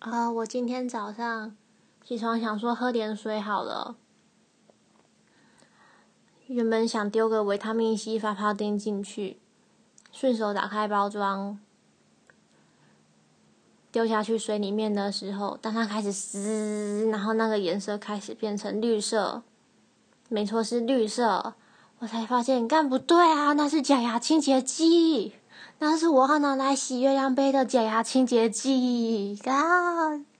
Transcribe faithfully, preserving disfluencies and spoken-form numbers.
啊、我今天早上起床想说喝点水好了，原本想丢个维他命 C 发泡锭进去，顺手打开包装，丢下去水里面的时候，当它开始嘶，然后那个颜色开始变成绿色，没错是绿色，我才发现干不对啊，那是假牙清洁剂，那是我要拿来洗月亮杯的假牙清洁剂啊！